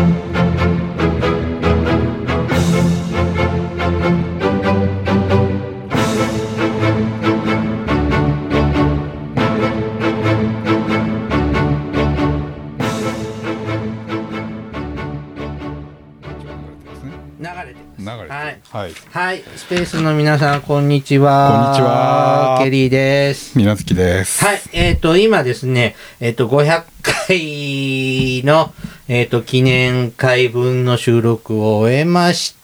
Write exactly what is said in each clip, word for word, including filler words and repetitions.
はい、はい、スペースの皆さんこんにちは。 こんにちは。 ケリーです。 みなずきです。 はい、えっ、ー、と今ですね、えっ、ー、とごひゃっかいのえっ、ー、と記念会分の収録を終えました。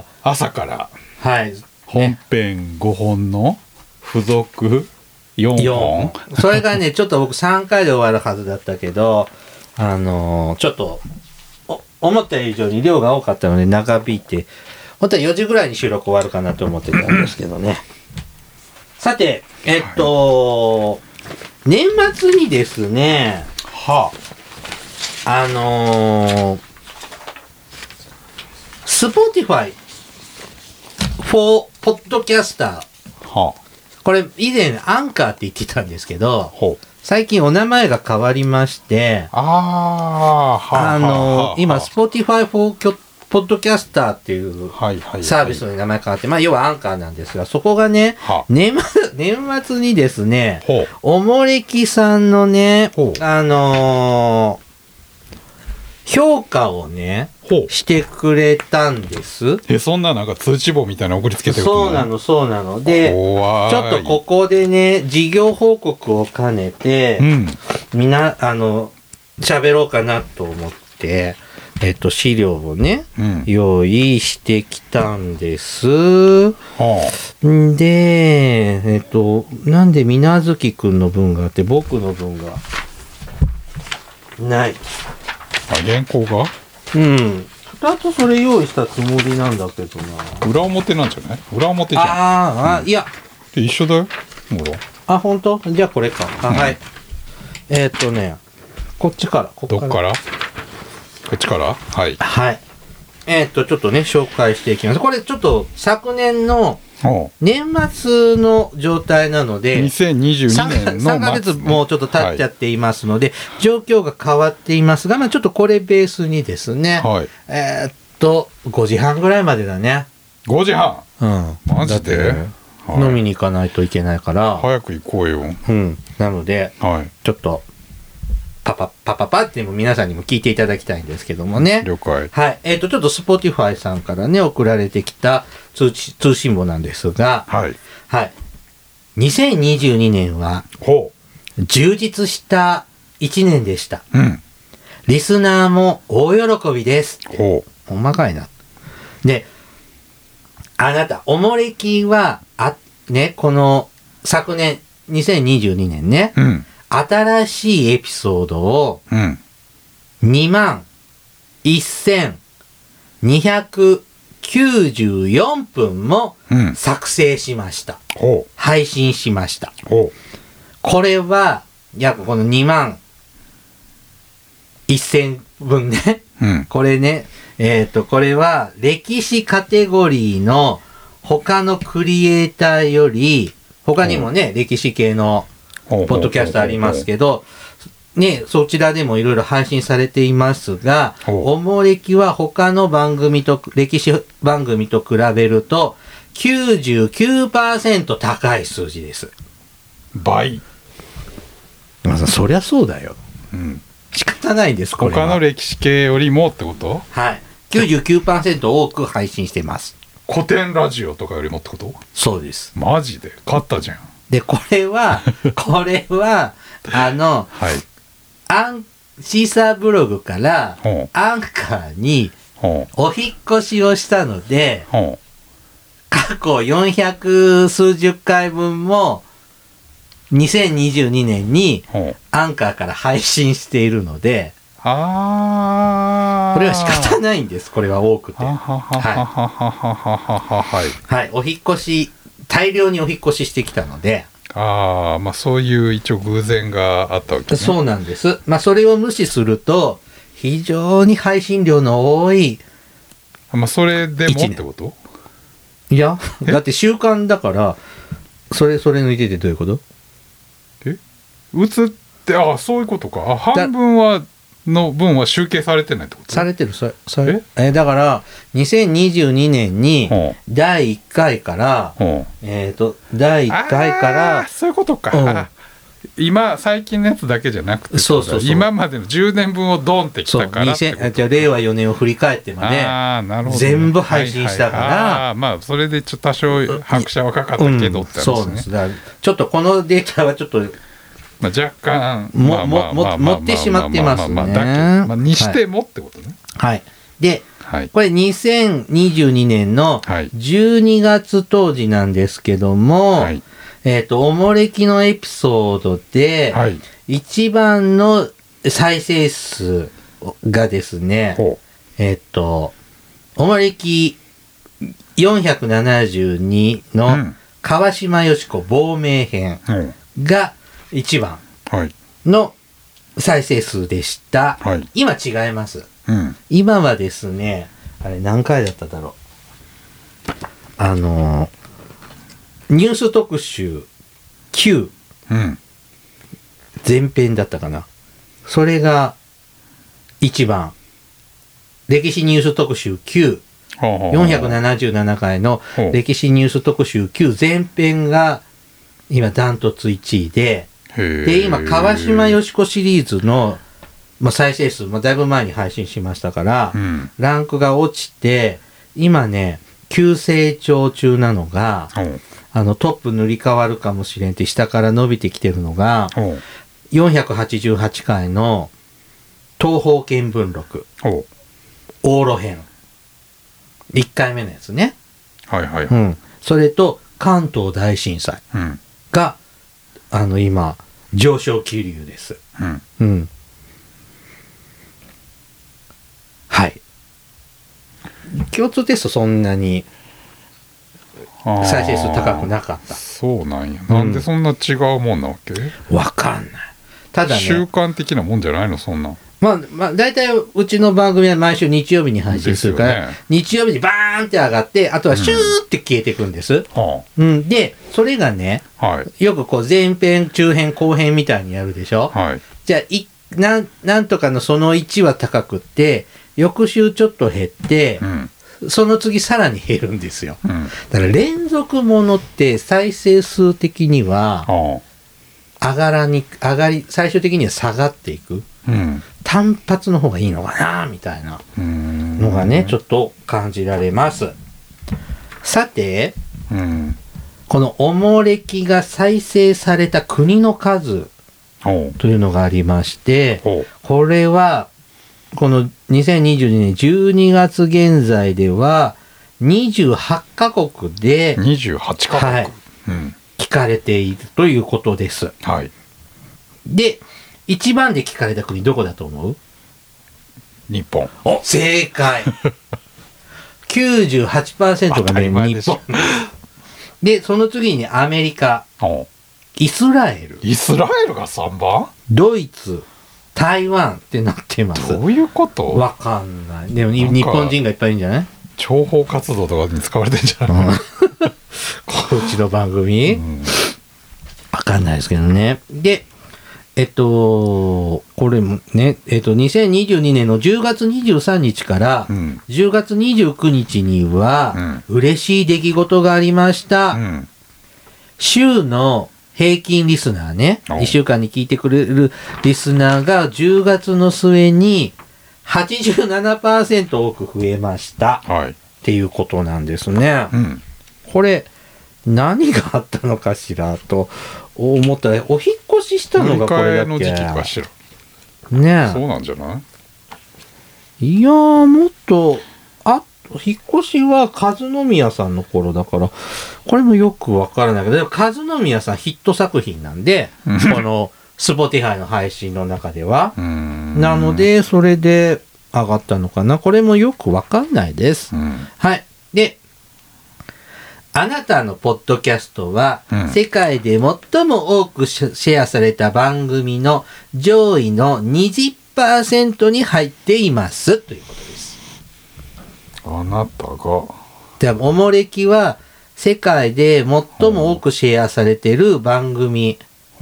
朝からはい、 本編ごほんの付属よんほん。 それがねちょっと僕さんかいで終わるはずだったけど、あのー、ちょっと思った以上に量が多かったので長引いて。本当はよじぐらいに収録終わるかなと思ってたんですけどね。さて、えっと、年末にですね、 はあ、あのー、Spotify for Podcaster、 はあ、 これ以前アンカーって言ってたんですけど、 ほう、 最近お名前が変わりまして、 ああ、はあ、 あのーはあ、 今 Spotify forポッドキャスターっていうサービスの名前変わって、まあ要はアンカーなんですが、そこがね、年末、年末にですね、おもれきさんのね、あのー、評価をね、してくれたんです。 え、そんななんか通知簿みたいなの送りつけてるそうなの、そうなの。で、ちょっとここでね、事業報告を兼ねて、うん、みな、あの、喋ろうかなと思って、えっと、資料をね、うん、用意してきたんです。はあ、で、えっと、なんでみなずきくんの分があって僕の分がない。 あ、原稿が？ うん。二つそれ用意したつもりなんだけどな。 裏表なんじゃない？裏表じゃん。 ああ、うん、いや。 一緒だよ。ほら。 あ、本当？じゃあこれか。あ、うん、はい。えー、っとね、こっちから。こっからどっから？こっちから？はい。 はい。えー、っと、ちょっとね、紹介していきます。これちょっと昨年の年末の状態なので、 にせんにじゅうにねんの末、 さんかげつもうちょっと経っちゃっていますので、はい、状況が変わっていますが、まあちょっとこれベースにですね、はい、えー、っと、ごじはんぐらいまでだね。 ごじはん？ うん。 マジで？ はい、飲みに行かないといけないから。 早く行こうよ。 うん。なので、はい、ちょっと、パパパパパっても皆さんにも聞いていただきたいんですけどもね。 了解。 はい。えっと、ちょっと Spotify さんからね、送られてきた通知、通信簿なんですが、はい。はい。にせんにじゅうにねんは、ほう。充実したいちねんでした。うん。リスナーも大喜びです。ほう。ほんまかいな。で、あなた、おもれきは、あ、ね、この昨年、にせんにじゅうにねんね、うん。新しいエピソードをにまんせんにひゃくきゅうじゅうよんぷんも作成しました。うん、配信しました。これは約このにまんせんぶんね。うん、これね、えっと、これは歴史カテゴリーの他のクリエイターより、他にもね、歴史系のポッドキャストありますけど、ね、そちらでもいろいろ配信されていますが、おもれきは他の番組と、歴史番組と比べると きゅうじゅうきゅうパーセント 高い数字です。 倍。 まあ、そりゃそうだよ。うん。仕方ないです、これは。 他の歴史系よりもってこと？ はい。きゅうじゅうきゅうパーセント 多く配信してます。 古典ラジオとかよりもってこと？ そうです。 マジで？勝ったじゃん。 で、これは、これは、あの、はい、アン、シーサーブログから、アンカーに、お引っ越しをしたので、過去よんひゃくすうじゅっかいぶんも、にせんにじゅうにねんに、アンカーから配信しているので、 あこれは仕方ないんです、これは多くて。 はい。 はい、お引っ越し、大量にお引っ越ししてきたので、 ああ、まあそういう一応偶然があったわけね。 そうなんです。まあそれを無視すると非常に配信量の多い。 まあそれでもってこと？ いや、だって習慣だからそれそれ抜いててどういうこと？ え？映ってああそういうことか。あ半分はの分は集計されてないってこと？ されてる。それそれえだからにせんにじゅうにねんにだいいっかいから、えっとだいいっかいからあそういうことか、うん、今最近のやつだけじゃなくて、 そうそうそう、 今までのじゅうねんぶんをドンってきたからってこと。 じゃあ令和よねんを振り返ってまであなるほど、ね、 全部配信したから、はいはい、 あまあそれでちょっと多少拍車はかかったけどって話ですね、うん、そうです。 だからちょっとこのデータはちょっとまあ、若干もも持ってしまってますね。 まあにしてもってことね。 はい。で、 はい、 これにせんにじゅうにねんのじゅうにがつ当時なんですけども、はい、えっとおもれきのエピソードで、はい、一番の再生数がですね、えっとおもれきよんひゃくななじゅうにの川島よし子亡命編が一番の再生数でした、はい、今違います、うん、今はですねあれ何回だっただろう、あのニュース特集きゅう、うん、前編だったかな、それが一番、歴史ニュース特集きゅう、よんひゃくななじゅうななかいの歴史ニュース特集きゅう前編が今ダントツいちいで、で今川島よし子シリーズの、まあ、再生数もだいぶ前に配信しましたから、うん、ランクが落ちて今ね急成長中なのが、うん、あのトップ塗り替わるかもしれんって下から伸びてきてるのが、うん、よんひゃくはちじゅうはちかいの東方見聞録往路編いっかいめのやつね、 はいはい、 うん、それと関東大震災が、うん、あの今上昇気流です、うんうん、はい共通テストそんなに再生数高くなかった。 そうなんや、なんでそんな違うもんなわけ？ わかんない。ただね習慣的なもんじゃないのそんな。 まあまあ大体うちの番組は毎週日曜日に配信するから、ね、日曜日にバーンって上がってあとはシューって消えていくんです、うんうん、でそれがね、はい、よくこう前編中編後編みたいにやるでしょ、はい、じゃあい な, なんとかのそのいちは高くって翌週ちょっと減って、うん、その次さらに減るんですよ、うん、だから連続ものって再生数的には上がらに上がり最終的には下がっていく、うん、単発の方がいいのかなみたいなのがねちょっと感じられます。さて、うん、このおもれきが再生された国の数というのがありまして、これはこのにせんにじゅうにねんじゅうにがつ現在ではにじゅうはちかこくでにじゅうはちかこく、はいうん、聞かれているということです、はい、で一番で聞かれた国どこだと思う？ 日本。 お正解きゅうじゅうはちパーセント がね日本でその次にアメリカ、イスラエルイスラエルがさんばん、 ドイツ、台湾ってなってます。 どういうこと？ わかんない。でも日本人がいっぱいいるんじゃない？ 諜報活動とかに使われてんじゃない？ こっちの番組、うん、わかんないですけどね。でえっとこれもねえっとにせんにじゅうにねんのじゅうがつにじゅうさんにちからじゅうがつにじゅうくにちには嬉しい出来事がありました、うん、週の平均リスナーね、いっしゅうかんに聞いてくれるリスナーがじゅうがつの末に はちじゅうななパーセント 多く増えました、はい、っていうことなんですね、うん、これ何があったのかしらと思ったらお引っ越ししたのがこれだっけ？ 乗り換えの時期かしらねえ、 そうなんじゃない？ いやーもっとあ引っ越しは和宮さんの頃だからこれもよくわからないけど、でも和宮さんヒット作品なんでこのSpotifyの配信の中ではなのでそれで上がったのかな、これもよくわかんないです、うん、はい。であなたのポッドキャストは、うん、世界で最も多くシェアされた番組の上位の にじゅっパーセント に入っていますということです。 あなたがでおもれきは世界で最も多くシェアされている番組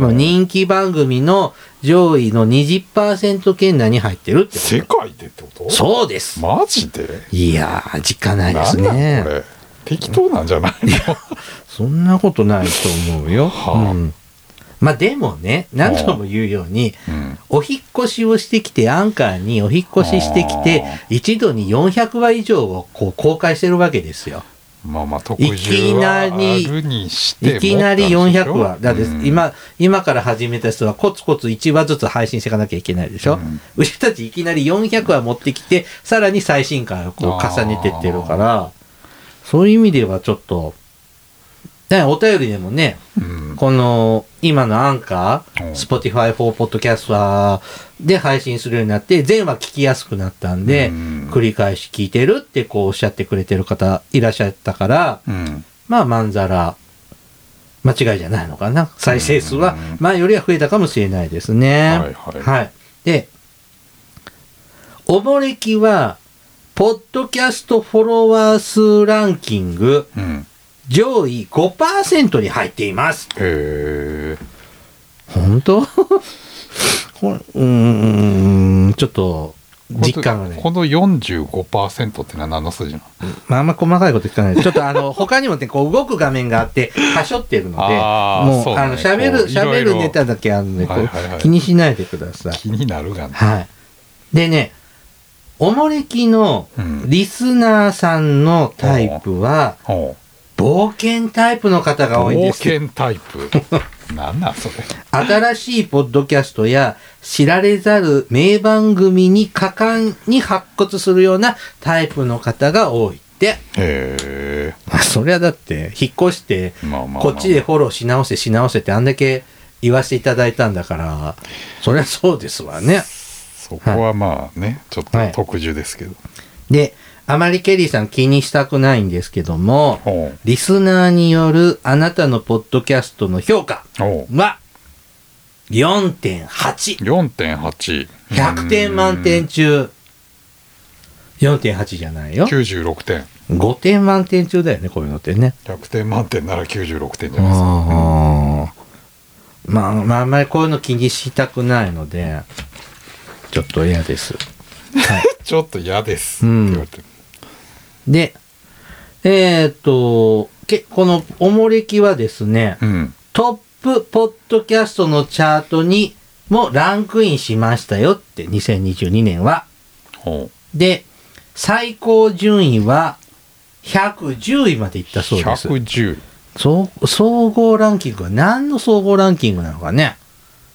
人気番組の上位の にじゅっパーセント 圏内に入ってるってこと。 世界でってこと？ そうです。 マジで？ いやー、実感ないですね。 なんだこれ適当なんじゃないの？ そんなことないと思うよ。 はあ、うん、 まあでもね、何度も言うように、 うん、 お引っ越しをしてきて、アンカーにお引っ越ししてきて、一度によんひゃくわ以上をこう公開してるわけですよ。 まあまあ特需はあるにしていきなりよんひゃくわ。だって今、うん、今から始めた人はコツコツいちわずつ配信していかなきゃいけないでしょ。うん、うちたちいきなりよんひゃくわ持ってきて、さらに最新回をこう重ねてってるから、そういう意味ではちょっと、お便りでもね、うん、この今のアンカー、Spotify for Podcaster で配信するようになって、全話聞きやすくなったんで、うん、繰り返し聞いてるってこうおっしゃってくれてる方いらっしゃったから、うん、まあまんざら間違いじゃないのかな。再生数は前よりは増えたかもしれないですね。 はいはい。 はい。で、おもれきは、ポッドキャストフォロワー数ランキング、うん上位 ごパーセント に入っています。 へー。本当？これうーん、ちょっと実感がね。 この よんじゅうごパーセント ってのは何の数字なの？ まあ、あんま細かいこと聞かない。ちょっとあの、他にもね、こう動く画面があって、はしょってるので、もう、うね、あの、喋る、喋るネタだけあるので、こう、はいはいはい、気にしないでください。 気になるがね。 はい。でね、おもれきのリスナーさんのタイプは、うん冒険タイプの方が多いんです。 冒険タイプなんなんそれ。 新しいポッドキャストや知られざる名番組に果敢に発掘するようなタイプの方が多いって。 へー。そりゃだって引っ越して、まあまあまあ、こっちでフォローし直せし直せってあんだけ言わせていただいたんだから、そりゃそうですわね。 そこはまあね、はい、ちょっと特殊ですけど。 であまりケリーさん気にしたくないんですけども、リスナーによるあなたのポッドキャストの評価は よんてんはち。 よんてんはち。 ひゃくてん満点中 よんてんはち じゃないよ。 きゅうじゅうろくてん。 ごてん満点中だよね、こういうのってね。 ひゃくてん満点ならきゅうじゅうろくてんじゃないですか。あ、 うん、まあ、まあ、あんまりこういうの気にしたくないので、ちょっと嫌です。 はい、ちょっと嫌ですって言われてる。 うんで、えー、っと、けこのおもれきはですね、うん、トップポッドキャストのチャートにもランクインしましたよって、にせんにじゅうにねんは。で、最高順位はひゃくじゅういまでいったそうです。 ひゃくじゅうい。 総、総合ランキングは何の総合ランキングなのかね。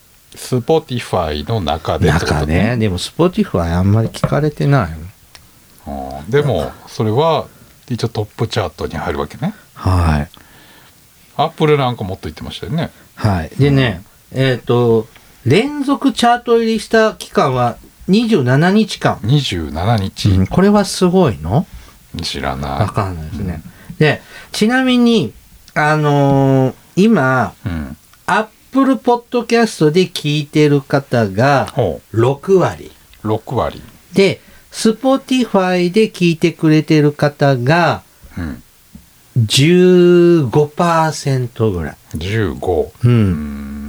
Spotify の中でってことね。 中ね。でも Spotify あんまり聞かれてないの。 でもそれは一応トップチャートに入るわけね。 はい。 アップルなんかもっと言ってましたよね。 はい。でね、うん、えっ、ー、と連続チャート入りした期間はにじゅうななにちかん。 にじゅうななにち、 うん、これはすごいの？ 知らない。 わかんないですね。うん、でちなみにあのー、今、うん、アップルポッドキャストで聞いてる方がろくわり。 ろくわり。 で。Spotify で聞いてくれてる方が じゅうごパーセント ぐらい。 じゅうご。 うん。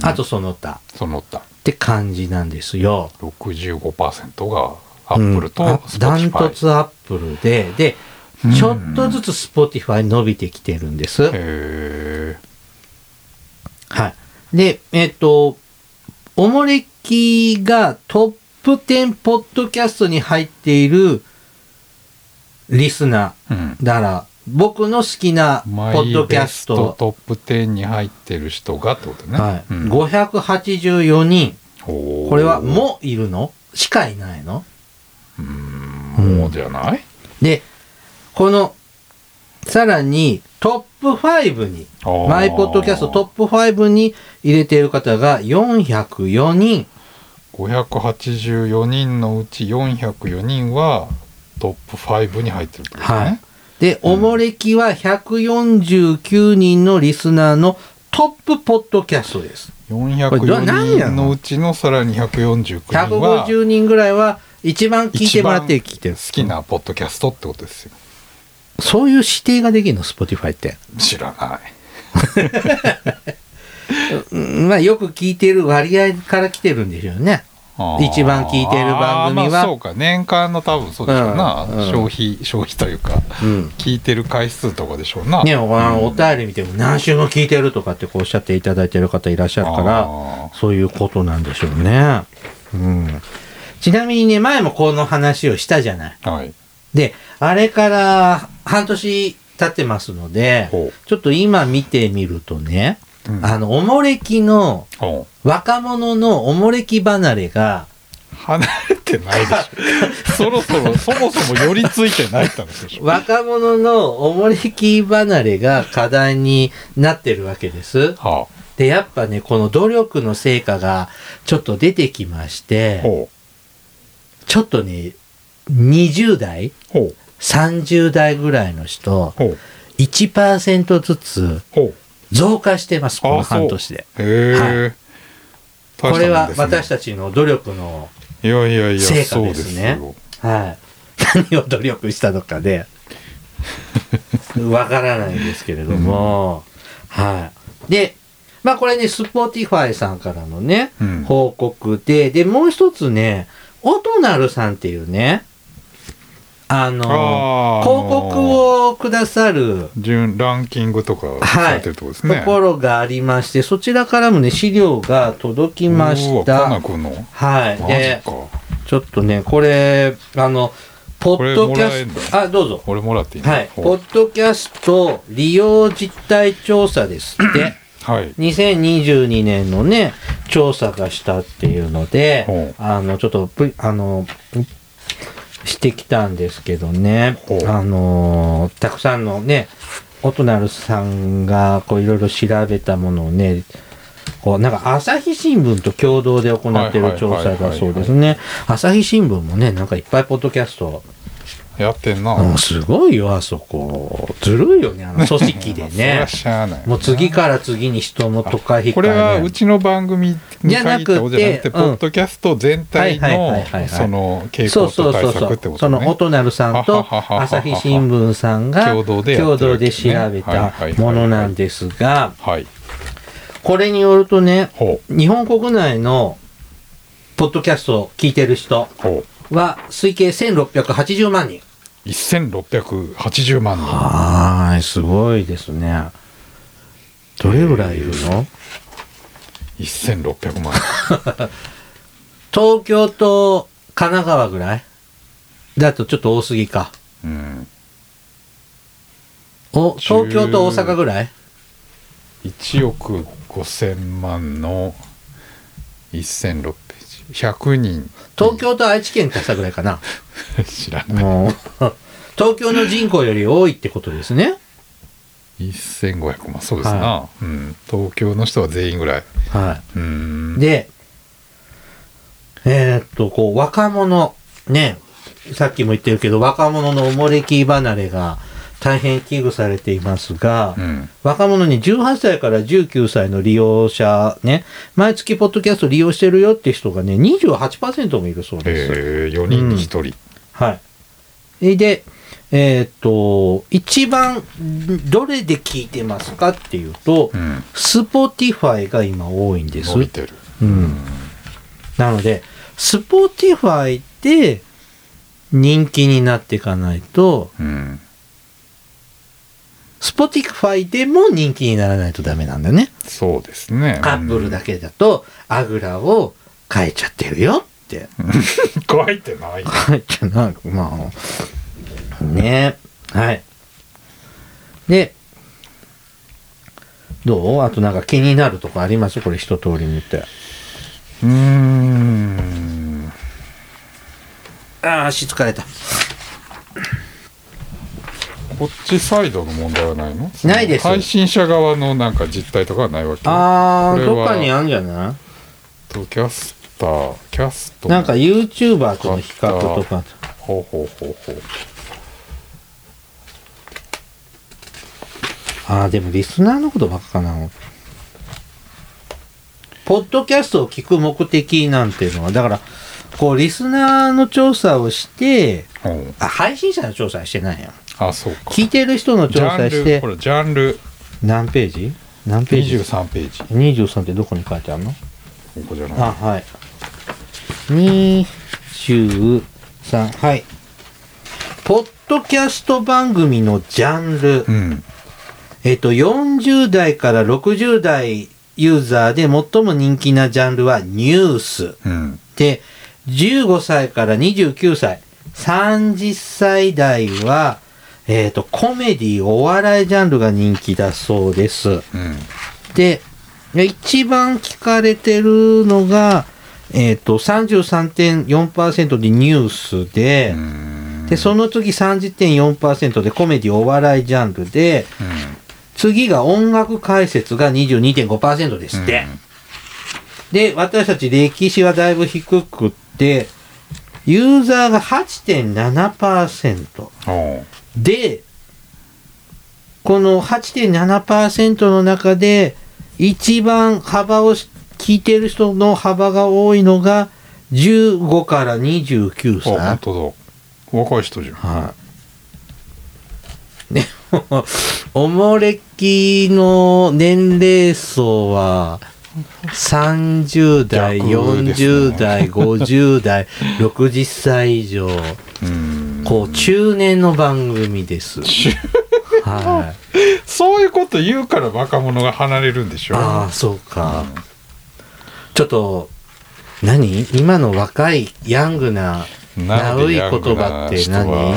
あとその他。 その他。 って感じなんですよ。 ろくじゅうごパーセント が Apple と Spotify、うん。ダントツ Apple で、で、ちょっとずつ Spotify 伸びてきてるんです。 へー。はい。で、えっと、おもれきがトップトップじゅうポッドキャストに入っているリスナー、うん、だから僕の好きなポッドキャストマイベストトップじゅうに入ってる人がってことね、 はいうん、ごひゃくはちじゅうよにん。これはもいるの？しかいないの？ うーんもうじゃない、うん、 でこのさらにトップごにマイポッドキャストトップごに入れている方がよんひゃくよにん。 ごひゃくはちじゅうよにんのうちよんひゃくよにんはトップごに入ってるってことですね。はい、 で、おもれきはひゃくよんじゅうきゅうにんのリスナーのトップポッドキャストです。 よんひゃくよにんのうちのさらにひゃくよんじゅうきゅうにんはひゃくごじゅうにんぐらいは一番聞いてもらって聞いてる。 好きなポッドキャストってことですよ。 そういう指定ができるの Spotify って。 知らない。 まあよく聞いてる割合から来てるんでしょうね。一番聞いてる番組は、 まあ、そうか年間の多分そうでしょうな、 うんうん、 消費消費というか、うん、聞いてる回数とかでしょうな。 ね、あのお便り見ても何週も聞いてるとかってこうおっしゃっていただいてる方いらっしゃるからそういうことなんでしょうね、うん、ちなみにね前もこの話をしたじゃない、はい、であれから半年経ってますのでちょっと今見てみるとね、うん、あのおもれきの若者のおもれき離れが離れてないでしょそろそろそもそも寄りついてないって話でしょ若者のおもれき離れが課題になってるわけです、はあ、でやっぱねこの努力の成果がちょっと出てきまして、はあ、ちょっとねにじゅう代、はあ、さんじゅう代ぐらいの人、はあ、いちパーセント ずつ増加してます、この半年で。へー、はい、これは私たちの努力の成果ですね。はい。何を努力したのかでわからないんですけれども、うん、はい。で、まあこれね、Spotify さんからのね、うん、報告で、で、もう一つね、オトナルさんっていうね、あのあ広告をくださる順ランキングとかされてるところですね、 はい、ところがありましてそちらからもね資料が届きました。 かなくんのはいでちょっとねこれあのポッドキャストあどうぞ俺もらっていいの、 はい、ポッドキャスト利用実態調査ですってはい、にせんにじゅうにねんのね調査がしたっていうのであのちょっとあのしてきたんですけどね、あのー、たくさんのねオトナルさんがこういろいろ調べたものをねこうなんか朝日新聞と共同で行っている調査だそうですね。朝日新聞もねなんかいっぱいポッドキャストやってんな、 うん、すごいよあそこずるいよねあの組織でねそりゃしゃあないもう次から次に人もとか引っかこれはうちの番組に限ったことじゃなくてポッドキャスト全体のその傾向と対策ってことね。 そのオトナルさんと朝日新聞さんが共同で調べたものなんですがこれによるとね日本国内のポッドキャストを聞いてる人は推計せんろっぴゃくはちじゅうまんにんせんろっぴゃくはちじゅうまんにんはい、すごいですね。どれぐらいいるの？ せんろっぴゃくまん東京と神奈川ぐらいだとちょっと多すぎか。うん。お、東京と大阪ぐらい？ いちおくごせんまんのせんろっぴゃくひゃくにん東京と愛知県足したぐらいかな知らないもう東京の人口より多いってことですね。 せんごひゃくまんそうですな、はい、うん、東京の人は全員ぐらい、 はい、うーんでえー、っとこう若者ねさっきも言ってるけど若者のおもれき離れが大変危惧されていますが、うん、若者にじゅうはっさいからじゅうきゅうさいの利用者ね毎月ポッドキャスト利用してるよって人がね にじゅうはちパーセント もいるそうです。 えー、よにんにひとり、うん、 はいでえー、っと一番どれで聞いてますかっていうと、うん、Spotify が今多いんです。 伸びてる、 うん、なので Spotify で人気になっていかないと、うんSpotify でも人気にならないとダメなんだね。 そうですね。 アップルだけだとアグラを変えちゃってるよって書いてない書いてないまあねはいでどうあとなんか気になるとこありますこれ一通り見て。 うーんあ足疲れた。 こっちサイドの問題はないの？ ないです。 配信者側のなんか実態とかはないわけ？ ああどっかにあるんじゃない？ とキャスターキャストなんか YouTuber との比較とかほうほうほうほうああでもリスナーのことばっかかな。ポッドキャストを聞く目的なんていうのはだからこうリスナーの調査をしてあ配信者の調査はしてないよ。 あそうか聞いてる人の調査してこれジャンル何ページ何ページ？ にじゅうさんページ。 にじゅうさんってどこに書いてあるの？ ここじゃない。 あ、はい。にじゅうさん、はい。ポッドキャスト番組のジャンル。 うん、 えっと、よんじゅう代からろくじゅう代ユーザーで最も人気なジャンルはニュース。 うん、 で、じゅうごさいからにじゅうきゅうさい、さんじゅっさい代は、えっと、コメディ、お笑いジャンルが人気だそうです。 うん、 で、一番聞かれてるのが、えっと、さんじゅうさんてんよんパーセント でニュースで、で、その次 さんじゅってんよんパーセント でコメディ、お笑いジャンルで、うん、次が音楽解説が にじゅうにてんごパーセント ですって。うん、で、私たち歴史はだいぶ低くって、ユーザーが はちてんななパーセント。で、この はちてんななパーセント の中で、一番幅を聞いてる人の幅が多いのが、じゅうごからにじゅうきゅうさい。 あ、本当だ。若い人じゃん。 はい。でも、おもれきの年齢層は、さんじゅう代、よんじゅう代、ごじゅう代、ろくじゅっさい以上、うんこう中年の番組です。はい。 そういうこと言うから若者が離れるんでしょ。 ああ、そうか。うん、ちょっと何？今の若いヤングなナウい言葉って何？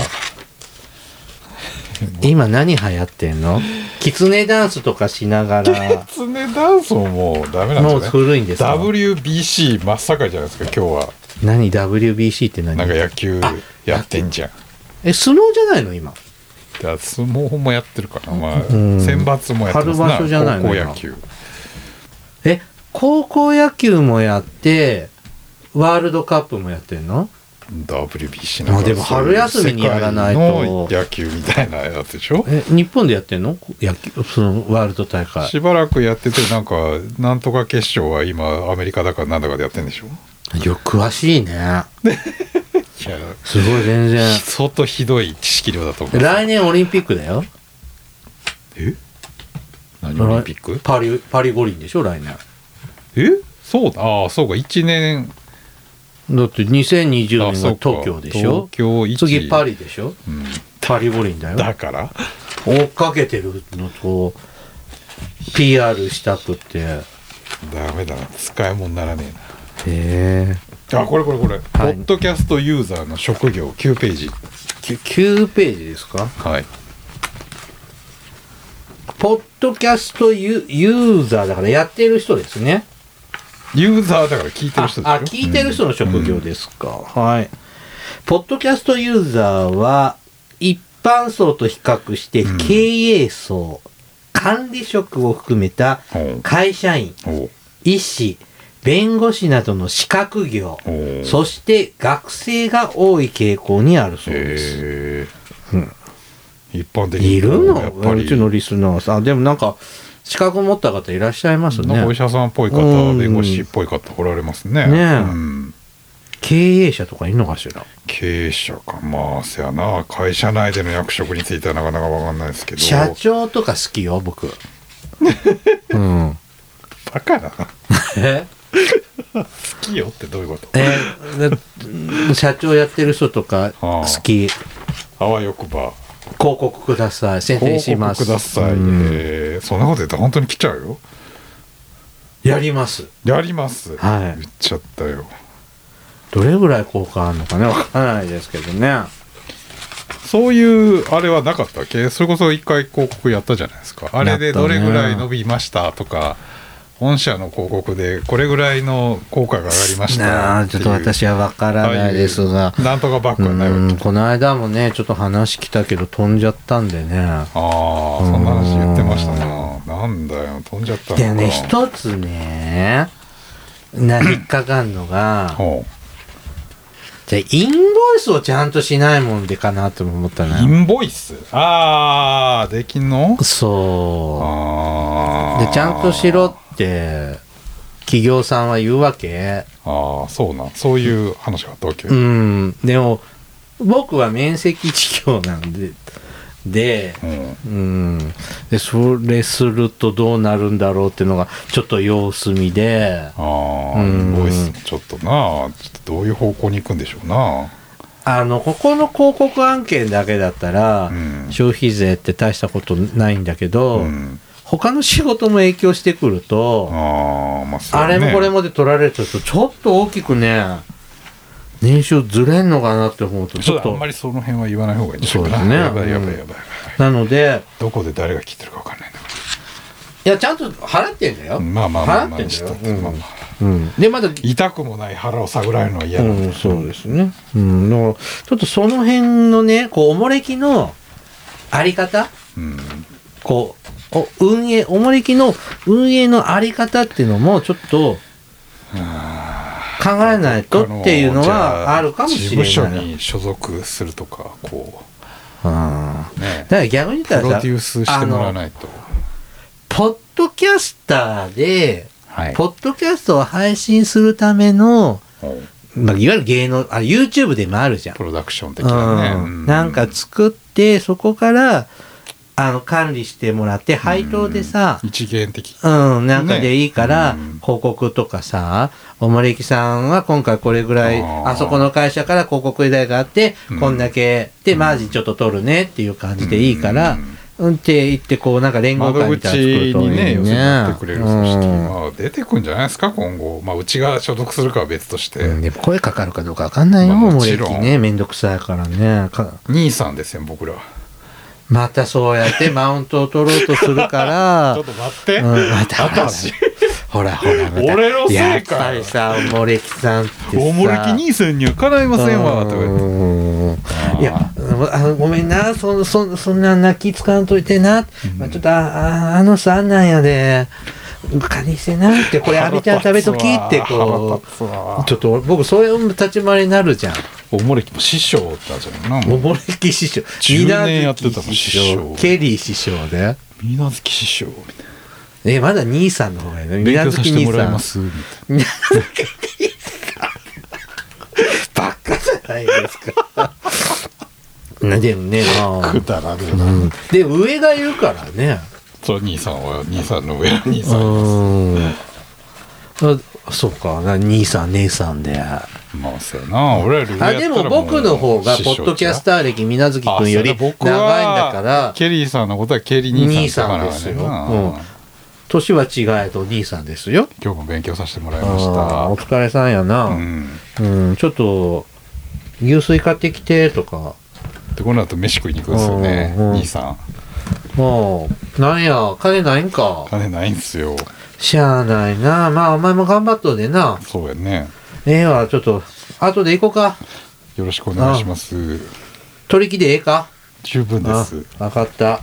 今何流行ってんの？キツネダンスとかしながら。 キツネダンスももうダメなんですね。 もう古いんですか？ ダブリュービーシー 真っ盛りじゃないですか今日は。 何 ダブリュービーシー って何？ なんか野球やってんじゃん。 え、相撲じゃないの今？ 相撲もやってるかな。まあ、選抜もやってますな。 春場所じゃないの？ 高校野球。 え、高校野球もやってワールドカップもやってんの？ ダブリュービーシー なんかでも春休みにやらないと野球みたいなやつでしょ。 え、日本でやってんの？野球、そのワールド大会しばらくやってて、なんかなんとか決勝は今アメリカだかなんだかでやってんでしょ。 よく詳しいね。いやすごい全然相当ひどい知識量だと思う。 来年オリンピックだよ。 え？何オリンピック？ パリパリ五輪でしょ来年。 え？そうだ。ああ、そうかいちねんだってにせんにじゅうねんが東京でしょ。 東京いち次パリでしょ。うん、パリ五輪だよ。 だから追っかけてるのと ピーアール したくってダメだな、使い物にならねえな。 へえ。 あ、これこれこれ、はい、ポッドキャストユーザーの職業きゅうページ。 きゅ, きゅうページですか。 はい。 ポッドキャスト ユ, ユーザーだからやってる人ですね。 ユーザーだから聞いてる人ですよ。 ああ、聞いてる人の職業ですか、うん、はい。ポッドキャストユーザーは一般層と比較して経営層、うん、管理職を含めた会社員、医師、弁護士などの資格業、そして学生が多い傾向にあるそうです。 へー、うん、一般的にいるの？うちのリスナーさん。でもなんか資格を持った方いらっしゃいますね。 なんかお医者さんっぽい方、弁護士っぽい方おられますね。 ねえ、 うん、 経営者とかいるのかしら。 経営者か、まあせやな、会社内での役職についてはなかなか分かんないですけど。 社長とか好きよ僕。うん。 バカな。 え好きよってどういうこと？ え社長やってる人とか好き。 あわよくば広告ください、宣伝します。 広告ください、うん、えー、そんなこと言ったら本当に来ちゃうよ。 やります。 やります。 はい。 言っちゃったよ。 どれぐらい効果あるのかね、わからないですけどね。 そういうあれはなかったっけ？それこそ一回広告やったじゃないですか。あれでどれぐらい伸びましたとか、本社の広告でこれぐらいの効果が上がりましたっていう。 ちょっと私はわからないですが、 なんとかバックはないわけ。 この間もねちょっと話来たけど飛んじゃったんでね。 ああ、そんな話言ってましたな。なんだよ、飛んじゃったのか。 でね、一つねな引っかかんのがじゃあインボイスをちゃんとしないもんでかなと思ったね。 インボイス、ああ、できんの？ そう。 あでちゃんとしろって企業さんは言うわけ。 ああ、そうなん、そういう話があったわけ。 うん。でも僕は面積事業なんでで、うん、でそれするとどうなるんだろうっていうのがちょっと様子見で、 ああ、うん、ボイスちょっとな、ちょっとどういう方向に行くんでしょうな。 あのここの広告案件だけだったら、うん、消費税って大したことないんだけど、うん、他の仕事も影響してくると、あ、まあそうね、あれもこれもで取られちゃうとちょっと大きくね年収ずれんのかなって思うとちょっとあんまりその辺は言わない方がいいんでしょうか。 そうですね。 やばいやばいやばい、うん、 なのでどこで誰が聞いてるか分かんないんだから。 いやちゃんと払ってんだよ。 まあまあまあまあ、 払ってんだよ。 うんまあまあうん、でまだ痛くもない腹を探られるのは嫌なんだ、うん、 そうですね。うん、のちょっとその辺のねこうおもれきのあり方、うん、こうお運営おもれきの運営のあり方っていうのもちょっと考えないとっていうのはあるかもしれない。 事務所に所属するとかこう、 あ、ね、だから逆に言ったらさプロデュースしてもらわないと。 ポッドキャスターで、はい、ポッドキャストを配信するための、まあ、いわゆる芸能あ YouTube でもあるじゃん、 プロダクション的なね、 うん、なんか作ってそこからあの管理してもらって配当でさ、 うん、一元的、 うん、なんかでいいから、ね、広告とかさ、おもれきさんは今回これぐらい あ, あそこの会社から広告依頼があって、うん、こんだけでマージンちょっと取るねっていう感じでいいから、うんうんって言ってこうなんか連合会みたいな作るといいね。 窓口にね寄せてってくれる組織が出てくんじゃないですか今後。まあうちが所属するかは別として、うん、 でも声かかるかどうか分かんないよ、まあ、もれきねめんどくさいからね。 兄さんですよ僕らは。 またそうやってマウントを取ろうとするからちょっと待って、うん、また私ほらほらまた俺のせいかやっぱりさおもれきさんってさおもれき兄さんにはかないませんわとか言って、 いやあごめんな そ, そ, そんな泣きつかんといてな、うんまあ、ちょっと あ, あのさあんなんやでかにしてなってこれあびちゃん食べときってこうちょっと僕そういう立ち回りになるじゃん。 おもれきも師匠だじゃんな。 おもれき師匠じゅうねんやってたの師匠ケリー師匠でみなずき師匠みたいな。 えまだ兄さんの方がいいね。 勉強させてもらいますみたいな。 バカじゃないですか。でもねまあくだらねえな、 うん、で上がいるからね。 そう兄さんは兄さんの上の兄さんです。 うんあそうかな兄さん姉さんでまあそうやな俺らより上やったらもうあでも僕の方がポッドキャスター歴水無月君より長いんだからケリーさんのことはケリー兄さんだから、ね、 兄さんですよ、うん年は違えと兄さんですよ。 今日も勉強させてもらいました。 お疲れさんやな、うんうん、ちょっと牛水買ってきてとかでこの後飯食いに行くんですよね、うんうん、兄さんもうなんや金ないんか。 金ないんすよ。 しゃあないな。まあお前も頑張っとでな。 そうやね。 ええわちょっと後で行こうか。 よろしくお願いします。 取り木でええか。 十分です。 分かった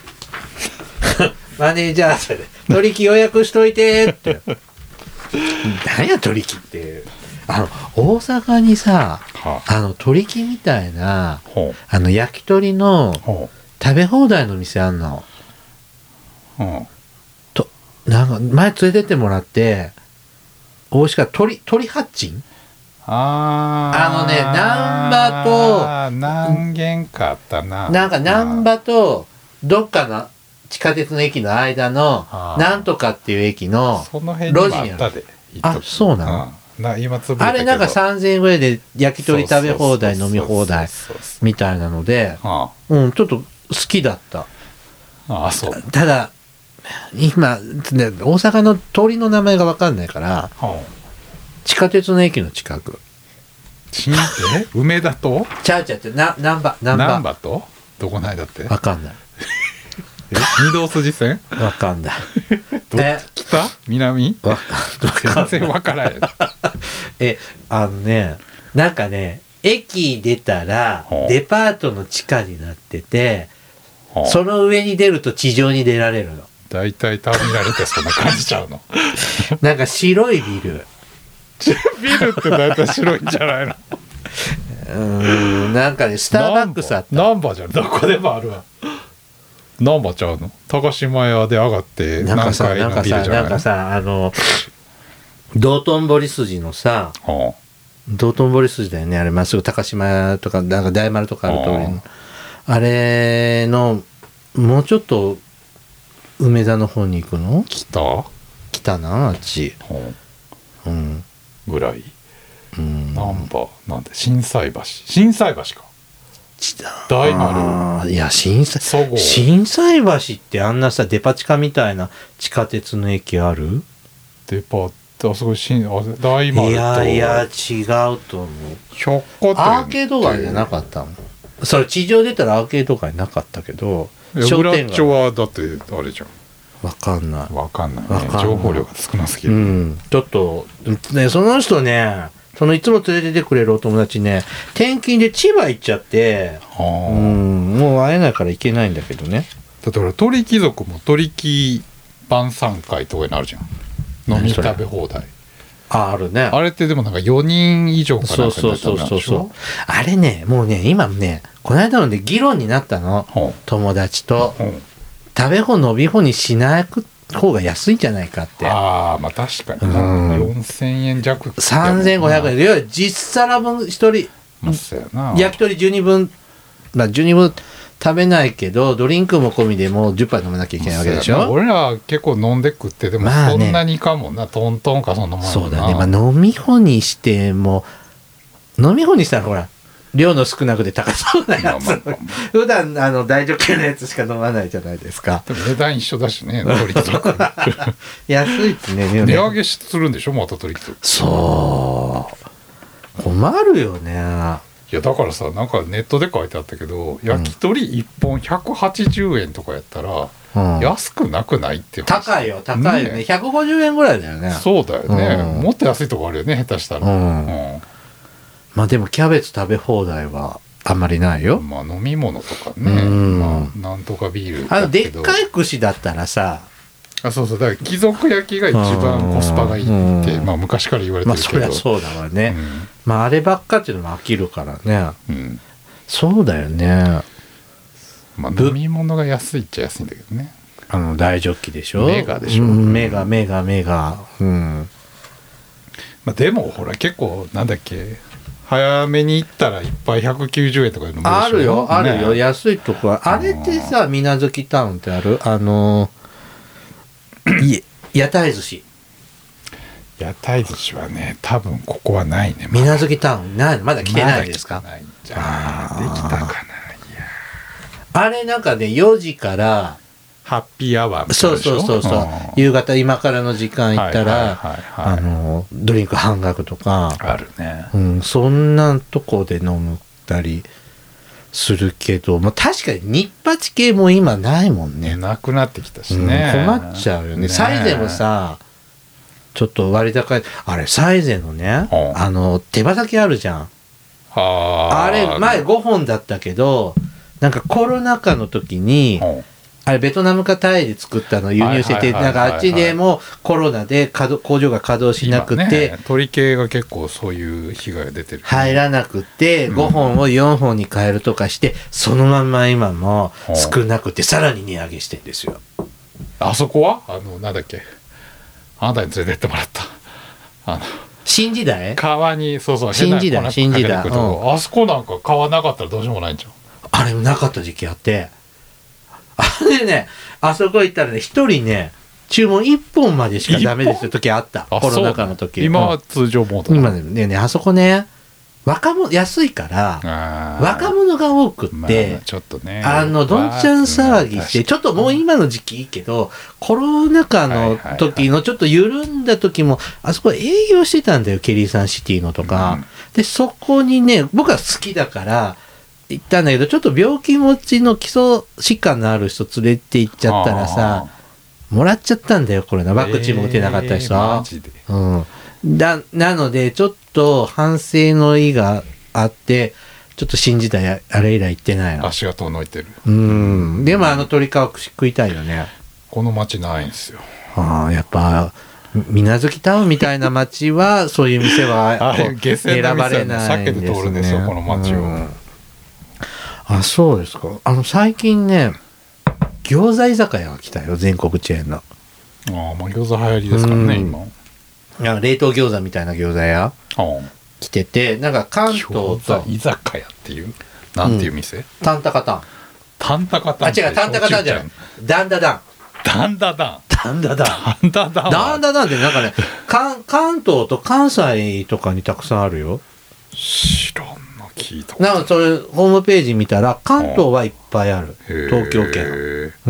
マネージャーで取り木予約しといてって何や取り木ってあの大阪にさ、はあ、あの取り木みたいなあの焼き鳥の食べ放題の店あんの、はあ、となんか前連れてってもらって美味しかった鳥鳥八珍ああのね難波と何軒かあったな。 なんか難波とどっかの地下鉄の駅の間のなんとかっていう駅の路地にある。あ、そうなの。 な今つぶあれなんかさんぜんえんぐらいで焼き鳥食べ放題飲み放題みたいなので、うんちょっと好きだった。 あ、そう。 ただ今、ね、大阪の通りの名前が分かんないから、地下鉄の駅の近く。 え梅田と？ ちゃうちゃうちゃうな難波難波。難波と？どこないだって？ 分かんない。 え御堂筋線？ わかんない。 どっち北？南？全然わからん。 え、あのね、なんかね、駅出たらデパートの地下になってて、その上に出ると地上に出られるの。 だいたいターミナルってそんな感じちゃうの。 なんか白いビル。 ビルってだいたい白いんじゃないの？ うーん、なんかね、スターバックスあった。 ナンバーじゃん、どこでもあるわ。ナンバーちゃうの？高島屋で上がって何階のビルじゃないの？ なんかさ、あの道頓堀筋のさ、はあ、道頓堀筋だよねあれまっすぐ高島屋とかなんか大丸とかある通りのあれのもうちょっと梅田の方に行くの？ 北来たなあっち、 うん、ぐらい、 うん、 難波なんで心斎橋心斎橋か大丸いや心斎心斎橋ってあんなさデパ地下みたいな地下鉄の駅ある？ デパってあそこ新あ大丸といやいや違うと思う。 百貨店アーケード街じゃなかったの？それ地上出たらアーケード街なかったけど商店街はだってあれじゃん。 わかんないわかんないね。情報量が少なすぎる、 うん、ちょっとねその人ねそのいつも連れててくれるお友達ね転勤で千葉行っちゃって、うん、もう会えないから行けないんだけどね。 だから鳥貴族も鳥貴晩餐会とかになるじゃん。飲み食べ放題。 ああるね。 あれってでもなんかよにん以上かなんかになったんでしょ。そうそうそうそう。 あれねもうね今ねこの間ので議論になったの、うん、友達と、うん、食べ放飲み放にしない方が安いんじゃないかって。 ああまあ確かに、うん、よんせんえん弱さんぜんごひゃくえんいや実皿分ひとり、 まあ、 焼き鳥じゅうにぶんまあじゅうにぶん食べないけどドリンクも込みでもうじゅっぱい飲まなきゃいけないわけでしょ。 俺ら結構飲んで食ってでもそんなにかもな、まあね、トントンかそんなもんな。 そうだね、まあ、飲み放にしても飲み放にしたらほら量の少なくて高そうなやつ、まあまあまあ、普段あの大ジョッキのやつしか飲まないじゃないですか。 でも値段一緒だしね鳥貴族安いっすね。 値上げするんでしょまた鳥貴族。 そう困るよね。 いやだからさなんかネットで書いてあったけど、うん、焼き鳥いっぽんひゃくはちじゅうえんとかやったら、うん、安くなくないって話。 高いよ高いよね、ねひゃくごじゅうえんぐらいだよね。 そうだよね、うん、もっと安いとこあるよね下手したら、うんうん、まあでもキャベツ食べ放題はあんまりないよ。 まあ飲み物とかね、うんまあ、なんとかビールあのでっかい串だったらさあそうそうだから貴族焼きが一番コスパがいいって、まあ、昔から言われてるけど、 まあそりゃそうだわね、うん、まああればっかっていうのも飽きるからね、うん、そうだよね。 まあ飲み物が安いっちゃ安いんだけどね。 あの大ジョッキでしょ。 メガでしょ、うん、メガメガメガうんまあでもほら結構なんだっけ早めに行ったらいっぱいひゃくきゅうじゅうえんとかで飲めるでしょ。 あるよあるよ、ね、安いとこはあれってさ水無月タウンってあるあのい屋台寿司屋台寿司はね多分ここはないね。 水無月タウンないのまだ来てないですか。 まだ来てないんじゃないできたかな。いやあれなんかねよじからハッピーアワーみたいな。 そうそうそうそう、うん、夕方今からの時間行ったらあのドリンク半額とかあるね、 うん、そんなとこで飲むたりするけど、まあ、確かに日八系も今ないもんね。 なくなってきたしね、 うん、困っちゃうよね。サイゼもさちょっと割高いあれサイゼのね、うん、あの手羽先あるじゃん。あれ前ごほんだったけどなんかコロナ禍の時に、うんあれベトナムかタイで作ったの輸入しててなんかあっちでもコロナで工場が稼働しなくて、 ね、鳥系が結構そういう被害が出てる、ね、 入らなくてごほんをよんほんに変えるとかして、うん、そのまんま今も少なくてさらに値上げしてんですよ。 あそこはあのなんだっけあなたに連れてってもらったあの新時代川にそうそう新時代新時代、 うん、あそこなんか川なかったらどうしようもないんじゃん。 あれなかった時期あってあれね、あそこ行ったらね、一人ね、注文いっぽんまでしかダメですよ時あった。コロナ禍の時。 今は通常モード、 うん、今ねね、あそこね、若者、安いから、若者が多くって、 まあ、ちょっとね、 あの、どんちゃん騒ぎして、ちょっともう今の時期いいけど、コロナ禍の時のちょっと緩んだ時も、あそこ営業してたんだよ、ケリーサンシティのとか。うん、で、そこにね、僕は好きだから、行ったんだけどちょっと病気持ちの基礎疾患のある人連れて行っちゃったらさもらっちゃったんだよコロナワクチンも打てなかったしさ、えー、マジで、うん、だなのでちょっと反省の意があってちょっと新時代あれ以来行ってないの。 足が遠のいてる。 うんでもあの鶏皮串食いたいよね。 この町ないんですよ。 あやっぱ水無月タウンみたいな町はそういう店は選ばれないんですね。避けて通るんですよこの町を、うんあそうですか。あの最近ね餃子居酒屋が来たよ全国チェーンの。ああまあ餃子流行りですからね今。 いや冷凍餃子みたいな餃子屋来ててなんか関東と餃子居酒屋っていうなんていう店、うん、 タンタカタンタンタカタンあ、違う、タンタカタンじゃない。ダンダダン。 ダンダダン。 ダンダダン。 ダンダダン。 ダンダダンってなんかね、関関東と関西とかにたくさんあるよ。 知らんの聞いたことなんかそれホームページ見たら関東はいっぱいある。東京圏。うん。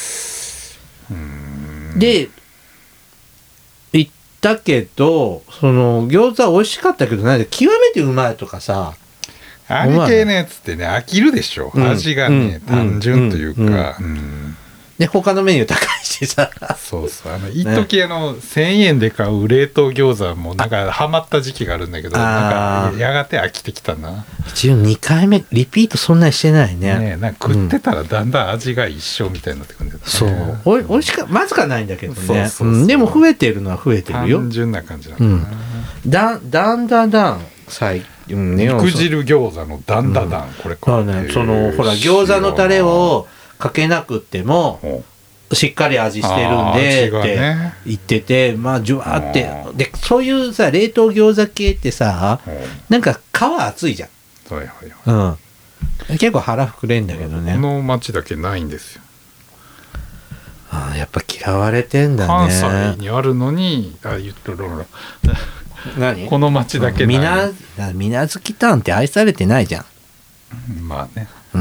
うんで行ったけど、その餃子美味しかったけど、なんで極めてうまいとかさ。 あれ系のやつってね飽きるでしょ、うん、味がね、うん、単純というか、うんうん、 で他のメニュー高いしさそうそうあの一時あの、ね、せんえんで買う冷凍餃子もなんかハマった時期があるんだけどなんかやがて飽きてきたな。 一応にかいめリピートそんなにしてないね。 ねなんか食ってたらだんだん味が一緒みたいになってくるんだよね、 うん、そうおいおいしかまずかないんだけどね。そうそうそう、うん、でも増えてるのは増えてるよ。 単純な感じなんだな、 うん、だだんだんだん最うんね、 肉汁餃子のダンダダン、うん、これか、 ね、そのほら餃子のタレをかけなくってもしっかり味してるんでって言ってて、まあジュワーってでそういうさ冷凍餃子系ってさなんか皮厚いじゃん。 はいはいはい、 うん、結構腹膨れんだけどね。 この町だけないんですよ。 あやっぱ嫌われてんだね。 関西にあるのにあ言ってるの何この町だけみな水無月タウンって愛されてないじゃん。まあね、 うん、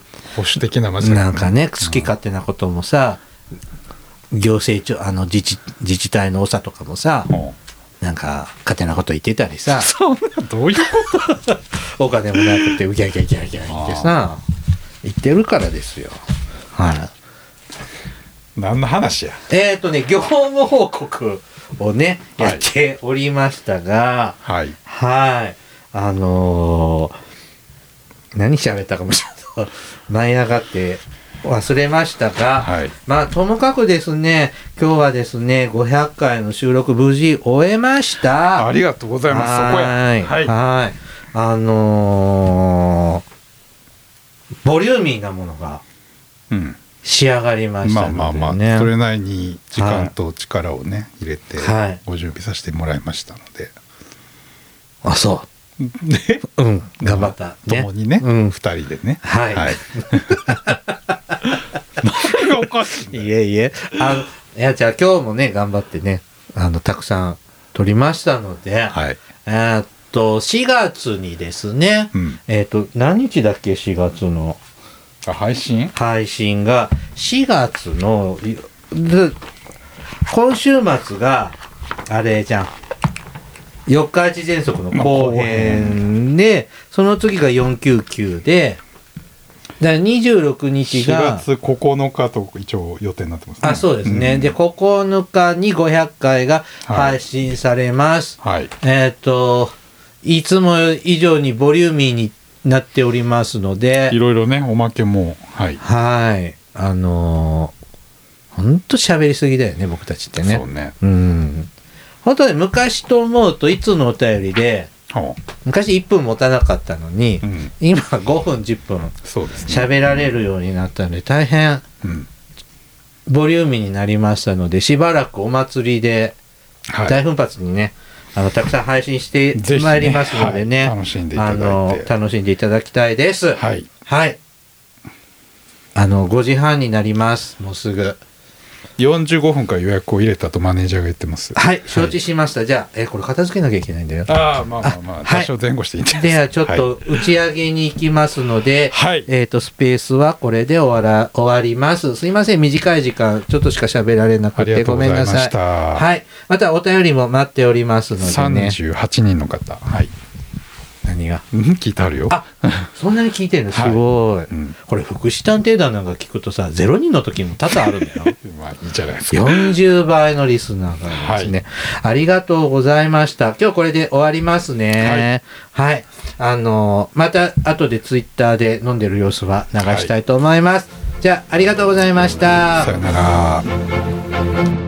保守的な町だから、ね、 なんかね好き勝手なこともさ、うん、行政庁あの自治自治体の長とかもさ、うん、なんか勝手なこと言ってたりさそんなどういうことお金もなくてウキャキャキャキャ言ってさ言ってるからですよ。はい。 何の話や。 えっとね業務報告をね、やっておりましたが、 はい。 はい。あのー、何喋ったかもしれない。舞い上がって忘れましたが、はい、まあ、ともかくですね、今日はですね、ごひゃっかいの収録無事終えました。 ありがとうございます。そこや。 はい。はい。はい。あのー、ボリューミーなものが、うん。仕上がりましたので、ね、まあまあまあそれなりに時間と力をね、はい、入れてご準備させてもらいましたので、 はい、あそうねうん頑張った、 ね、共にね、うん、ふたりでねはい、はい、 何がおかしいんだよ。 いえいえあのいやじゃあ今日もね頑張ってねあのたくさん撮りましたので、はい、えー、っとしがつにですね、うん、えー、っと何日だっけしがつの配信配信がしがつの今週末があれじゃん四日市喘息の後編で、その次がよんきゅうきゅうでだからにじゅうろくにちがしがつここのかと一応予定になってますね。 あそうですね、うん、でここのかにごひゃっかいが配信されます、はいはい、えっ、ー、といつも以上にボリューミーになっておりますのでいろいろねおまけもはいはいあのー、ほんと喋りすぎだよね僕たちってね。 そうねうん本当に昔と思うといつのお便りで昔いっぷん持たなかったのに、うん、今ごふんじゅっぷん喋られるようになったので大変ボリューミーになりましたのでしばらくお祭りで大奮発にね、はいあのたくさん配信してまいりますのでね、 はい、楽しんでいただいてあの楽しんでいただきたいです。 はい、 はい、あのごじはんになりますもうすぐよんじゅうごふんから予約を入れたとマネージャーが言ってます。 はい承知しました、はい、じゃあえこれ片付けなきゃいけないんだよ。 ああまあまあまあ多少前後していいんじゃないですか。 ではちょっと打ち上げに行きますので、はい、えっ、ー、とスペースはこれで終わら終わります。すいません短い時間ちょっとしか喋られなくてごめんなさい。はいまたお便りも待っておりますのでね。 さんじゅうはちにんの方はい何が聞いてあるよ。 あそんなに聞いてるのすごい、はいうん、これ福祉探偵団なんか聞くとさゼロにんの時も多々あるんだよまあいいじゃないですか。 よんじゅうばいのリスナーがですね、はい、ありがとうございました。今日これで終わりますね。はい、はい、あのまた後でツイッターで飲んでる様子は流したいと思います、はい、じゃあありがとうございました。 さよなら。